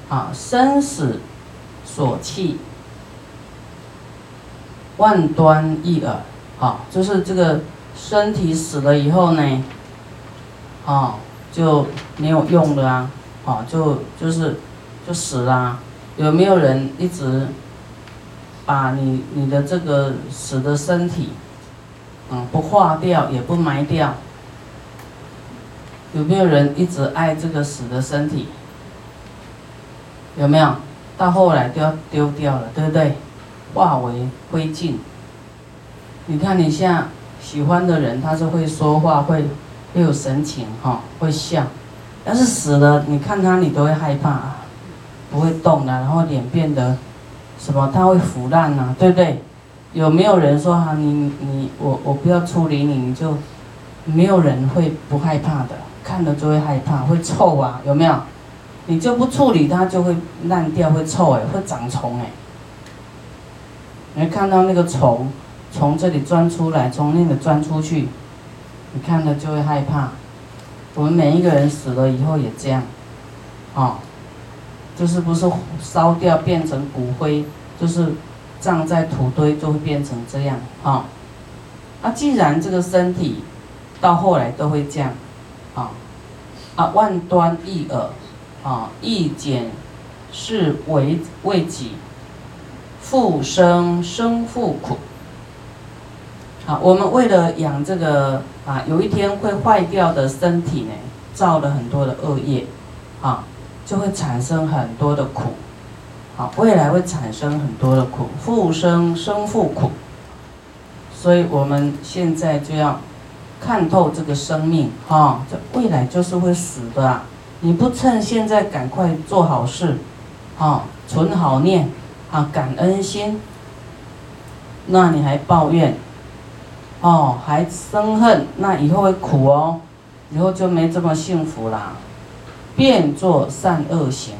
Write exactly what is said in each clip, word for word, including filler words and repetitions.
啊，生死所弃，万端一耳。啊，就是这个身体死了以后呢，啊，就没有用了啊，啊，就就是就死啦、啊。有没有人一直把你你的这个死的身体，嗯，不化掉也不埋掉？有没有人一直爱这个死的身体？有没有？到后来都要丢掉了，对不对？化为灰烬。你看你现在喜欢的人，他是会说话，会会有神情哈，会笑。要是死了，你看他你都会害怕，不会动了，然后脸变得什么？他会腐烂啊，对不对？有没有人说啊，你你我我不要处理你，你就没有人会不害怕的，看了就会害怕，会臭啊，有没有？你就不处理它，就会烂掉，会臭哎，会长虫哎。你会看到那个虫从这里钻出来，从那里钻出去，你看了就会害怕。我们每一个人死了以后也这样，哦，就是不是烧掉变成骨灰，就是葬在土堆就会变成这样啊。哦，啊，既然这个身体到后来都会这样，啊啊，万端一耳。啊，一减是为为己，复生生复苦。好，我们为了养这个啊，有一天会坏掉的身体呢，造了很多的恶业，啊，就会产生很多的苦。好，未来会产生很多的苦，复生生复苦。所以我们现在就要看透这个生命，哈，这未来就是会死的啊。你不趁现在赶快做好事，啊，存好念，啊，感恩心，那你还抱怨，哦，还生恨，那以后会苦哦，以后就没这么幸福啦。变作善恶行，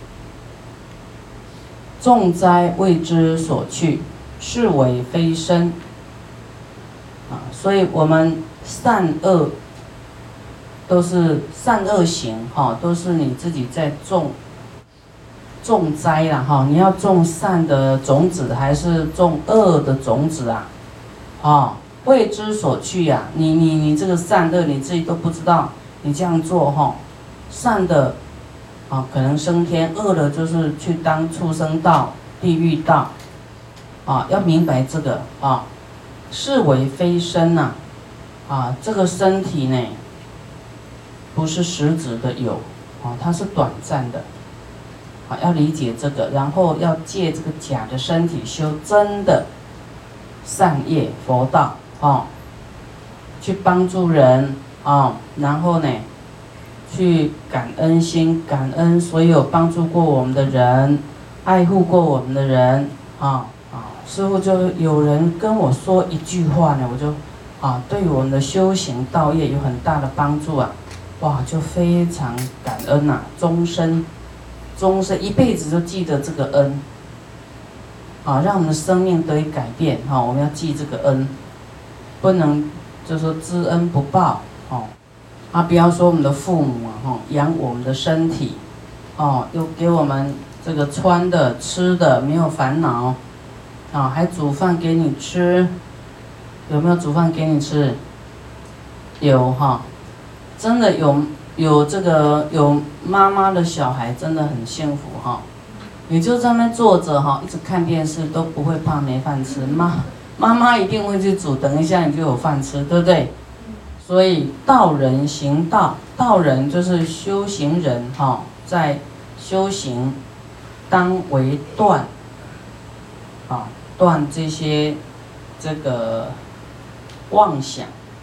众灾为之所去，是为非身。啊，所以我们善恶。都是善恶行，哈，都是你自己在种种栽啦，哈，你要种善的种子还是种恶的种子啊？啊，为之所去呀，你你你这个善恶你自己都不知道，你这样做哈，善的啊可能升天，恶的就是去当畜生道、地狱道，啊，要明白这个啊，是为非身呐，啊，这个身体呢。不是实质的有，啊，它是短暂的，啊，要理解这个，然后要借这个假的身体修真的善业佛道，啊，去帮助人，啊，然后呢，去感恩心，感恩所有帮助过我们的人，爱护过我们的人，啊啊，师父就有人跟我说一句话呢，我就啊，对我们的修行道业有很大的帮助啊。哇，就非常感恩呐、啊，终身，终身一辈子就记得这个恩，啊，让我们的生命得以改变哈、啊，我们要记这个恩，不能就说知恩不报哦，啊，不要说我们的父母啊哈，养我们的身体，哦，又给我们这个穿的吃的没有烦恼，啊，还煮饭给你吃，有没有煮饭给你吃？有哈。啊真的有有这个有妈妈的小孩真的很幸福哈，你就在那边坐着哈，一直看电视都不会怕没饭吃，妈妈妈一定会去煮，等一下你就有饭吃，对不对？所以道人行道，道人就是修行人哈，在修行当为断，啊，断这些这个妄想。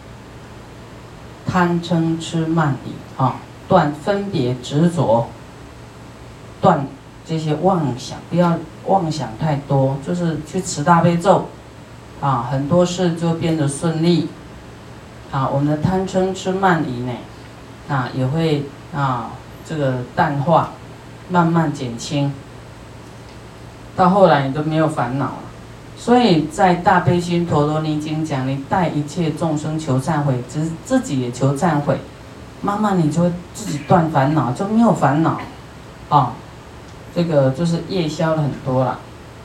贪嗔痴慢疑啊，断分别执着，断这些妄想，不要妄想太多，就是去持大悲咒，啊，很多事就变得顺利，啊，我们的贪嗔痴慢疑呢，啊，也会啊这个淡化，慢慢减轻，到后来你都没有烦恼了。所以在大悲心陀罗尼经讲，你带一切众生求忏悔，自自己也求忏悔，慢慢你就会自己断烦恼，就没有烦恼，啊， 这个就是业消了很多了。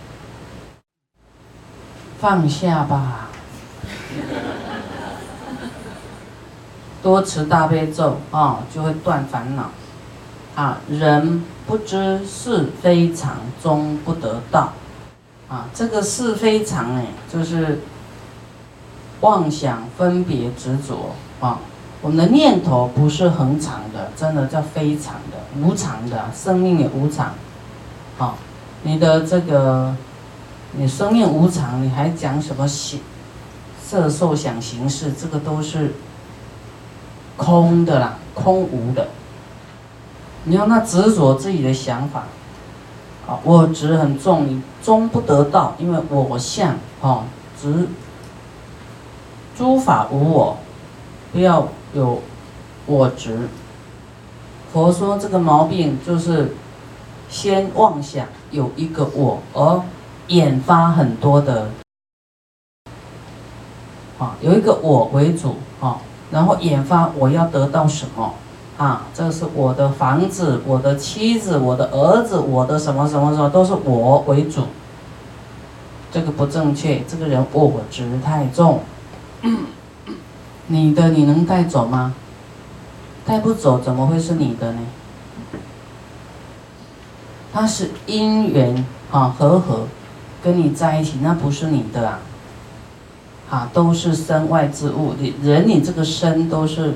放下吧，多持大悲咒啊，就会断烦恼。啊，人不知是非常，终不得道。啊，这个是非常哎，就是妄想、分别、执着啊。我们的念头不是恒常的，真的叫非常的、无常的，生命也无常。啊，你的这个，你生命无常，你还讲什么色受想行识？这个都是空的啦，空无的。你要那执着自己的想法，啊，我执很重，你终不得道，因为我相，啊，执诸法无我，不要有我执。佛说这个毛病就是先妄想有一个我，而引发很多的，啊，有一个我为主，啊，然后引发我要得到什么。啊，这是我的房子，我的妻子，我的儿子，我的什么什么什么，都是我为主。这个不正确，这个人我执太重。你的你能带走吗？带不走，怎么会是你的呢？它是因缘啊，和合跟你在一起，那不是你的啊。啊，都是身外之物，你人你这个身都是。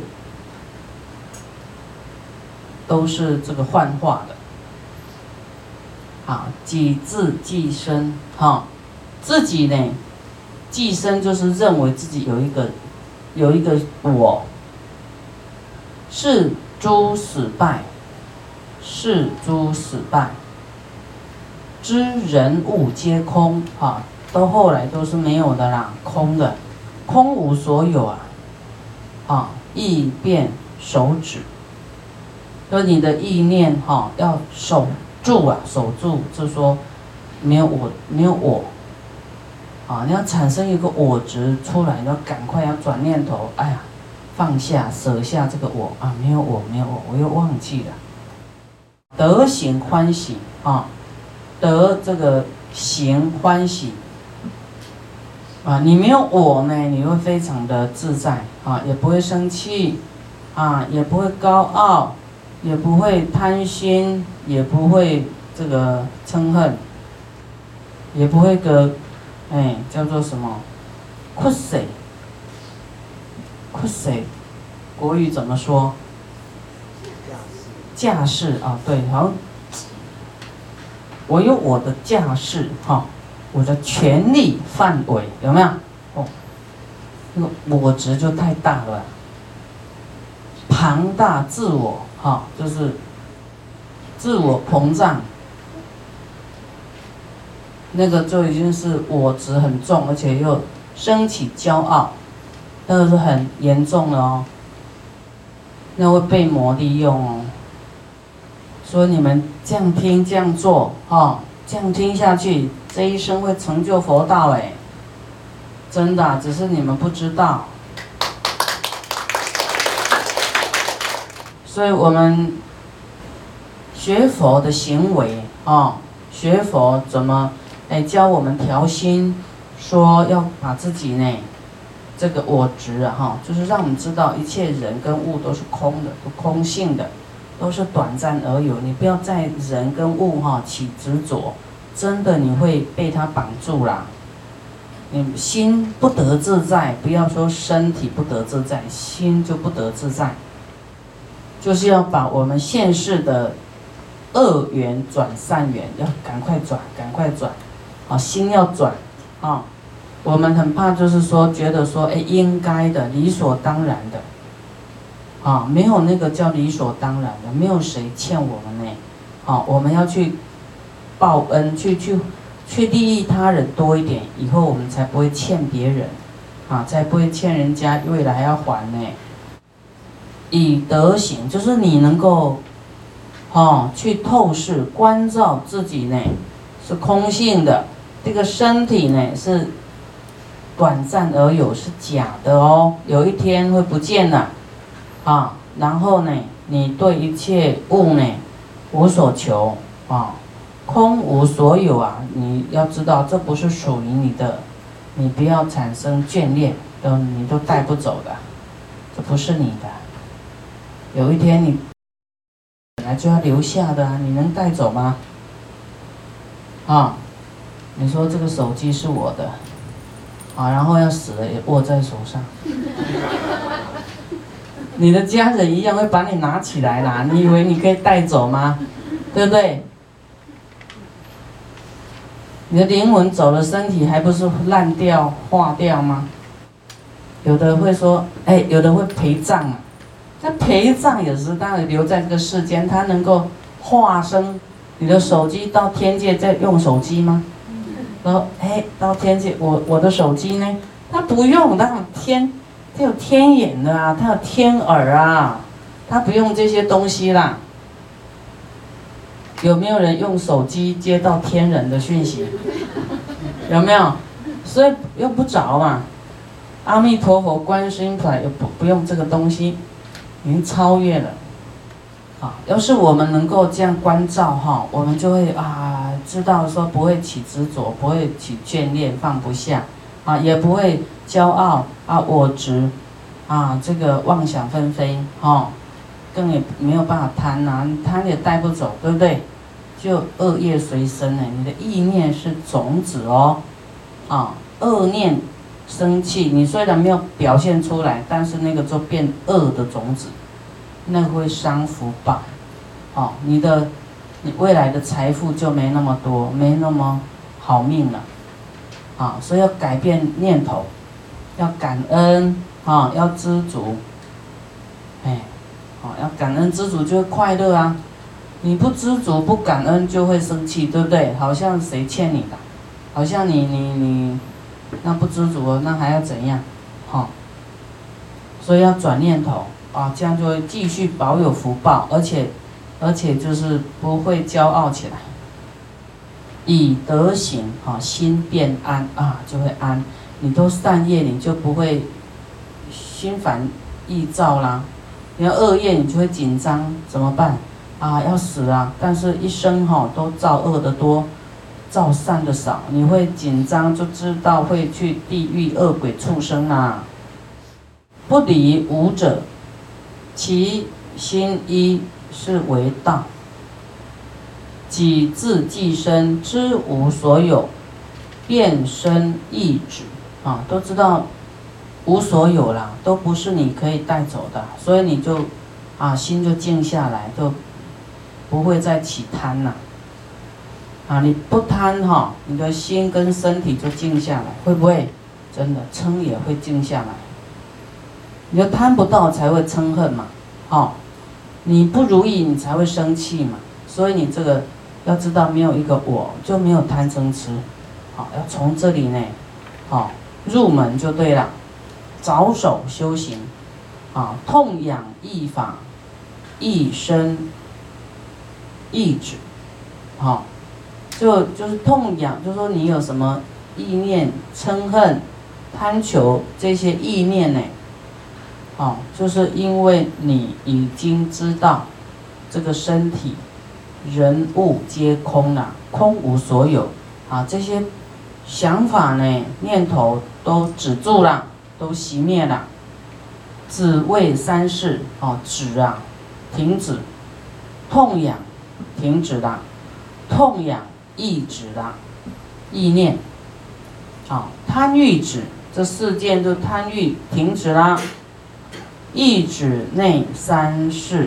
都是这个幻化的，啊，己自寄生，哈，自己呢，寄生就是认为自己有一个，有一个我，是诸死败，是诸死败，知人物皆空，哈，到后来都是没有的啦，空的，空无所有啊，啊，意变手指。说你的意念哈、哦、要守住啊，守住，就是说没有我，没有我，啊，你要产生一个我执出来，你要赶快要转念头，哎呀，放下舍下这个我啊，没有我，没有我，我又忘记了。得行欢喜啊，得这个行欢喜啊，你没有我呢，你会非常的自在啊，也不会生气啊，也不会高傲。也不会贪心，也不会这个嗔恨，也不会个，哎，叫做什么？酷谁？酷谁？国语怎么说？架势啊，对，好像我有我的架势哈、哦，我的权力范围有没有？哦，那个我执就太大了，庞大自我。好、哦，就是自我膨胀，那个就已经是我执很重，而且又升起骄傲，那个是很严重的哦，那会被魔利用哦。所以你们这样听这样做，哦，这样听下去，这一生会成就佛道哎，真的，只是你们不知道。所以我们学佛的行为啊、哦，学佛怎么哎教我们调心，说要把自己呢这个我执啊哈，就是让我们知道一切人跟物都是空的，都空性的，都是短暂而有。你不要在人跟物哈起执着，真的你会被它绑住啦。你心不得自在，不要说身体不得自在，心就不得自在。就是要把我们现世的恶缘转善缘，要赶快转，赶快转，啊，心要转，啊，我们很怕就是说，觉得说，哎，应该的，理所当然的，啊，没有那个叫理所当然的，没有谁欠我们呢，啊，我们要去报恩，去去去利益他人多一点，以后我们才不会欠别人，啊，才不会欠人家，未来还要还呢。以德行，就是你能够，哦，去透视关照自己呢，是空性的，这个身体呢是短暂而有，是假的哦，有一天会不见了，啊，然后呢，你对一切物呢无所求啊， 空无所有啊！你要知道，这不是属于你的，你不要产生眷恋，都你都带不走的，这不是你的。有一天你本来就要留下的啊，你能带走吗？啊，你说这个手机是我的，啊，然后要死了也握在手上，你的家人一样会把你拿起来啦，你以为你可以带走吗？对不对？你的灵魂走了，身体还不是烂掉、化掉吗？有的会说，哎，有的会陪葬啊。那陪葬也是，当然留在这个世间，它能够化身。你的手机到天界在用手机吗？然后，哎，到天界，我我的手机呢？它不用，它有天，它有天眼的啊，它有天耳啊，它不用这些东西啦。有没有人用手机接到天人的讯息？有没有？所以用不着嘛。阿弥陀佛、观世音菩萨又不不用这个东西，已经超越了。啊，要是我们能够这样关照哈，我们就会啊知道说不会起执着，不会起眷恋，放不下，啊，也不会骄傲啊我执，啊这个妄想纷飞，哈，更也没有办法贪呐、啊，贪也带不走，对不对？就恶业随身呢，你的意念是种子哦，啊，恶念生气，你虽然没有表现出来，但是那个就变恶的种子，那个会伤福报，哦，你的你未来的财富就没那么多，没那么好命了，啊，所以要改变念头，要感恩啊，要知足，哎，啊，要感恩知足就会快乐啊。你不知足不感恩就会生气，对不对？好像谁欠你的，好像你你你那不知足，那还要怎样？哈、哦，所以要转念头啊，这样就会继续保有福报，而且而且就是不会骄傲起来。以德行啊，心变安啊，就会安。你都善业，你就不会心烦意躁啦。你要恶业，你就会紧张，怎么办？啊，要死啊！但是一生哈、哦、都造恶的多，造善的少，你会紧张，就知道会去地狱、恶鬼、畜生啊。不离无者，其心一是为道。己自己身，知无所有，变身易止啊，都知道无所有啦，都不是你可以带走的，所以你就啊心就静下来，就不会再起贪了。啊，你不贪哈、哦，你的心跟身体就静下来，会不会？真的嗔也会静下来。你就贪不到才会嗔恨嘛，哦，你不如意你才会生气嘛，所以你这个要知道没有一个我就没有贪嗔痴，好，要从这里呢，好入门就对了，着手修行，啊，痛痒易法，易生易止，好，就就是痛痒，就是说你有什么意念、嗔恨、贪求这些意念呢？哦，就是因为你已经知道这个身体、人物皆空了，空无所有啊，这些想法呢、念头都止住了，都熄灭了。止为三世哦，止啊，停止，痛痒，停止了，痛痒易止了，意念，啊，贪欲止，这四件就贪欲停止了。易止内三世，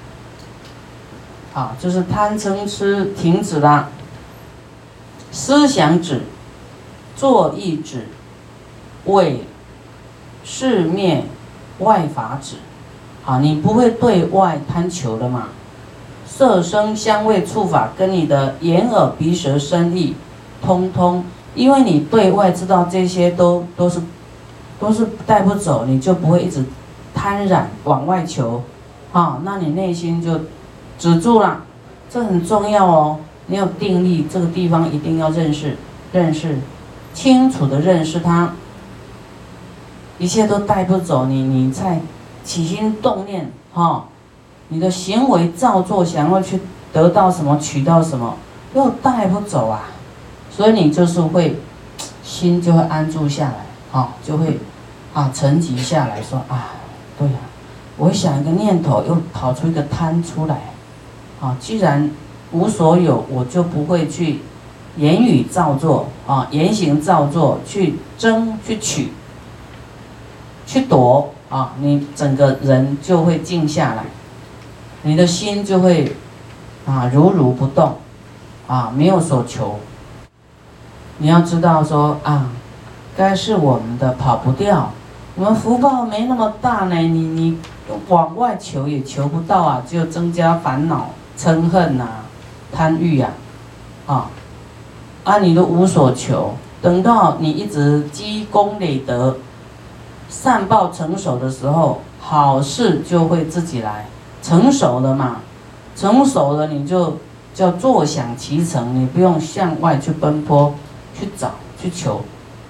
啊，就是贪嗔痴停止了，思想止，作意止，为世灭外法止，啊，你不会对外贪求的嘛？色声香味触法跟你的眼耳鼻舌身意，通通，因为你对外知道这些都都是都是带不走，你就不会一直贪染往外求，啊，那你内心就止住了，这很重要哦。你有定力，这个地方一定要认识，认识，清楚的认识它，一切都带不走你，你在起心动念，哈、哦，你的行为造作，想要去得到什么，取到什么， 又带不走啊，所以你就是会心就会安住下来，啊、哦，就会啊沉寂下来说啊，对呀、啊，我想一个念头，又跑出一个贪出来，啊，既然无所有，我就不会去言语造作啊，言行造作，去争去取，去夺啊，你整个人就会静下来，你的心就会啊如如不动，啊没有所求。你要知道说啊，该是我们的跑不掉，我们福报没那么大呢，你你往外求也求不到啊，只有增加烦恼、嗔恨呐、啊、贪欲呀、啊，啊。啊，你都无所求，等到你一直积功累德、善报成熟的时候，好事就会自己来。成熟了嘛，成熟了你就叫坐享其成，你不用向外去奔波、去找、去求。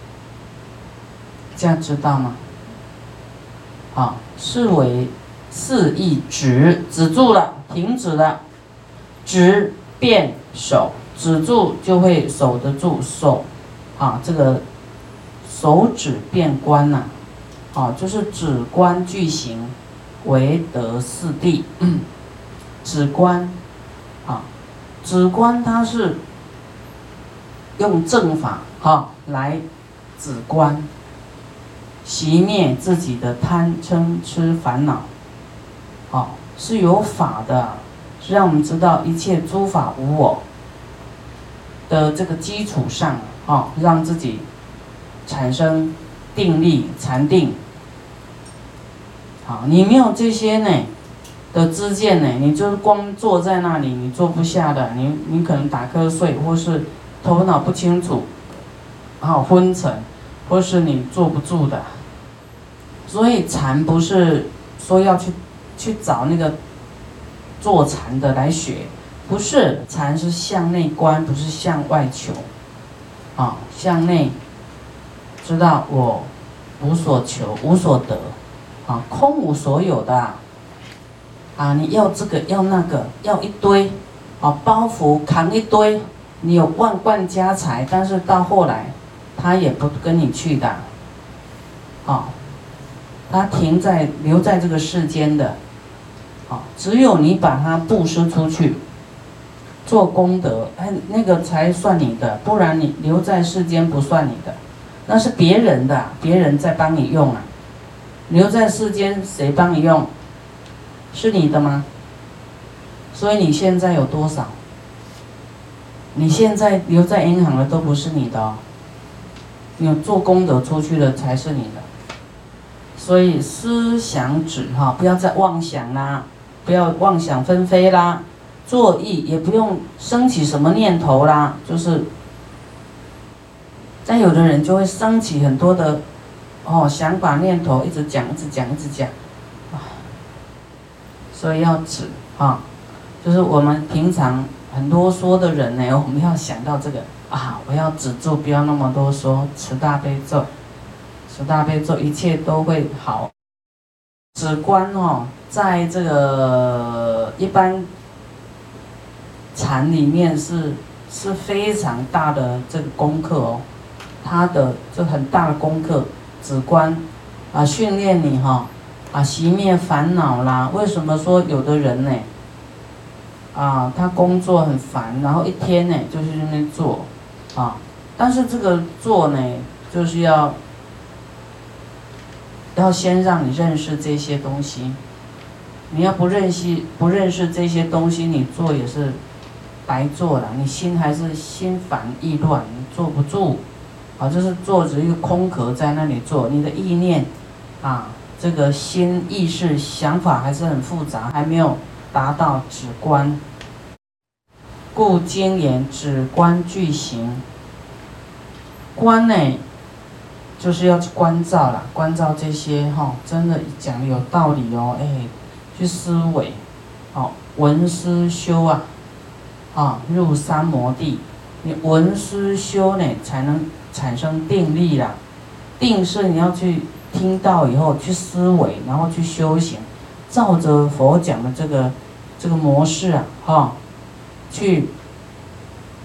这样知道吗？啊，是为四意止，止住了，停止了，止变守。止住就会守得住，守，啊，这个守止变观呐、啊，啊，就是止观具行，为得四谛。止观，啊，止观它是用正法哈、啊、来止观，熄灭自己的贪嗔痴烦恼，啊，是有法的，是让我们知道一切诸法无我。的这个基础上，啊，让自己产生定力、禅定。好，你没有这些呢的知见呢，你就是光坐在那里，你坐不下的，你你可能打瞌睡，或是头脑不清楚，好昏沉，或是你坐不住的。所以禅不是说要去去找那个坐禅的来学。不是，禅是向内观，不是向外求，啊，向内知道我无所求，无所得，啊，空无所有的，啊，你要这个要那个要一堆，啊，包袱扛一堆，你有万贯家财，但是到后来，他也不跟你去的，啊，他停在留在这个世间的，啊，只有你把它布施出去。做功德，哎，那个才算你的，不然你留在世间不算你的，那是别人的，别人在帮你用啊。留在世间谁帮你用？是你的吗？所以你现在有多少？你现在留在银行的都不是你的哦，你有做功德出去的才是你的。所以思想止哈，不要再妄想啦，不要妄想纷飞啦。作意也不用升起什么念头啦，就是，但有的人就会升起很多的，哦想法念头，一直讲一直讲一直讲，啊，所以要止啊，就是我们平常很多说的人呢，我们要想到这个啊，我要止住，不要那么多说，持大悲咒，持大悲咒，一切都会好。止观哦，在这个一般。禅里面是是非常大的这个功课哦，它的这很大的功课，止观啊，训练你哈啊，熄灭烦恼啦。为什么说有的人呢啊，他工作很烦，然后一天呢就是在那边做啊，但是这个做呢，就是要要先让你认识这些东西，你要不认识不认识这些东西，你做也是。白做了，你心还是心烦意乱，你坐不住，啊，就是坐着一个空壳在那里做，你的意念，啊，这个心意识想法还是很复杂，还没有达到止观。故经言止观具行，观呢，就是要去关照啦，关照这些哈、哦，真的讲的有道理哦，哎，去思维，哦，闻思修啊。啊，入三摩地，你闻思修呢，才能产生定力啦。定是你要去听到以后去思维，然后去修行，照着佛讲的这个这个模式啊，哈、哦，去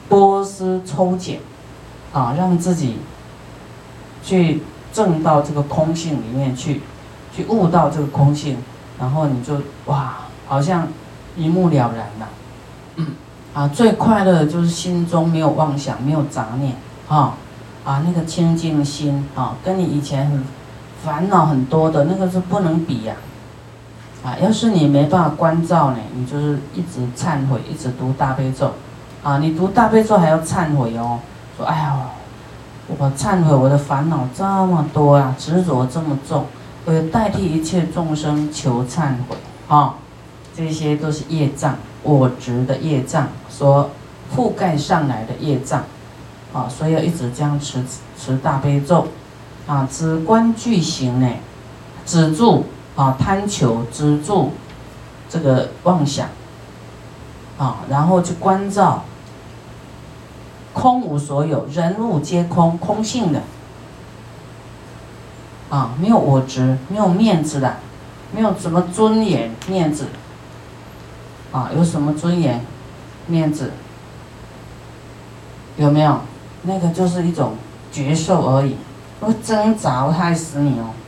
拨丝抽茧，啊，让自己去证到这个空性里面去，去悟到这个空性，然后你就哇，好像一目了然了。嗯，啊，最快乐的就是心中没有妄想，没有杂念，啊，啊，那个清净心啊，跟你以前很烦恼很多的那个是不能比呀、啊。啊，要是你没办法关照呢，你就是一直忏悔，一直读大悲咒，啊，你读大悲咒还要忏悔哦，说哎呀，我忏悔我的烦恼这么多啊，执着这么重，我要代替一切众生求忏悔啊，这些都是业障，我执的业障所覆盖上来的业障，啊，所以要一直这样持持大悲咒，啊，止观具行呢，止住啊贪求，止住这个妄想，啊，然后去关照空无所有，人物皆空，空性的，啊，没有我执，没有面子的，没有什么尊严面子，啊，有什么尊严面子？有没有？那个就是一种觉受而已，会挣扎，会害死你哦。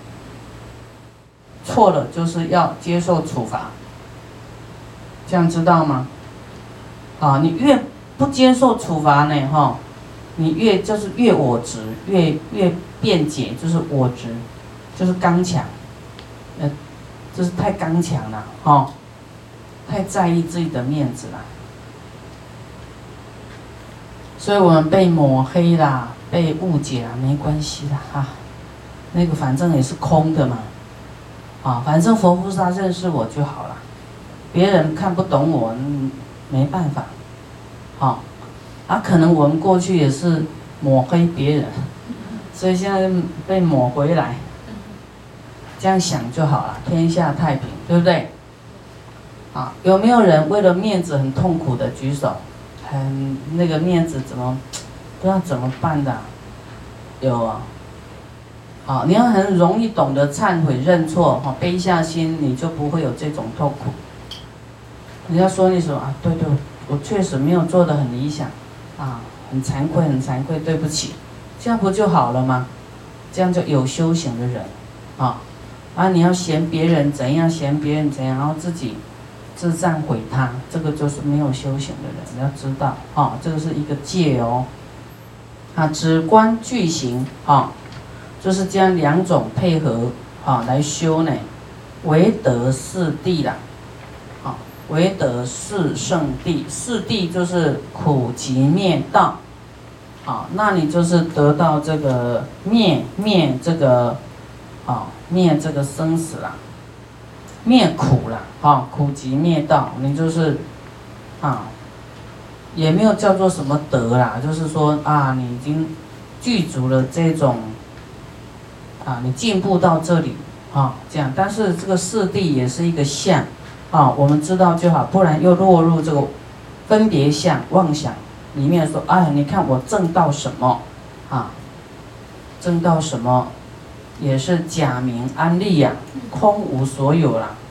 错了就是要接受处罚，这样知道吗？啊，你越不接受处罚呢，哈，你越就是越我执，越越辩解，就是我执，就是刚强，呃，就是太刚强了，哈，太在意自己的面子了。所以我们被抹黑啦，被误解啦，没关系啦，哈，那个反正也是空的嘛，啊，反正佛菩萨认识我就好了，别人看不懂我，嗯、没办法，好，啊，可能我们过去也是抹黑别人，所以现在被抹回来，这样想就好了，天下太平，对不对？啊，有没有人为了面子很痛苦的举手？很那个面子怎么不知道怎么办的、啊？有啊，好，你要很容易懂得忏悔认错，哈，悲下心，你就不会有这种痛苦。人家说你什么啊？对对，我确实没有做得很理想，啊，很惭愧，很惭愧，对不起，这样不就好了吗？这样就有修行的人，啊，啊，你要嫌别人怎样，嫌别人怎样，然后自己自赞毁他，这个就是没有修行的人，你要知道，啊，这个是一个戒哦，啊，止观具行，啊，就是将两种配合，啊，来修呢，唯得四谛啦，啊，唯得四圣谛，四谛就是苦集灭道，啊，那你就是得到这个灭灭这个，啊，灭这个生死啦。灭苦了，啊，苦集灭道，你就是，啊，也没有叫做什么德啦，就是说啊，你已经具足了这种，啊，你进步到这里，啊，这样，但是这个四谛也是一个相，啊，我们知道就好，不然又落入这个分别相、妄想里面说，哎，你看我证到什么，啊，证到什么？也是假名安立呀、啊，空无所有啦，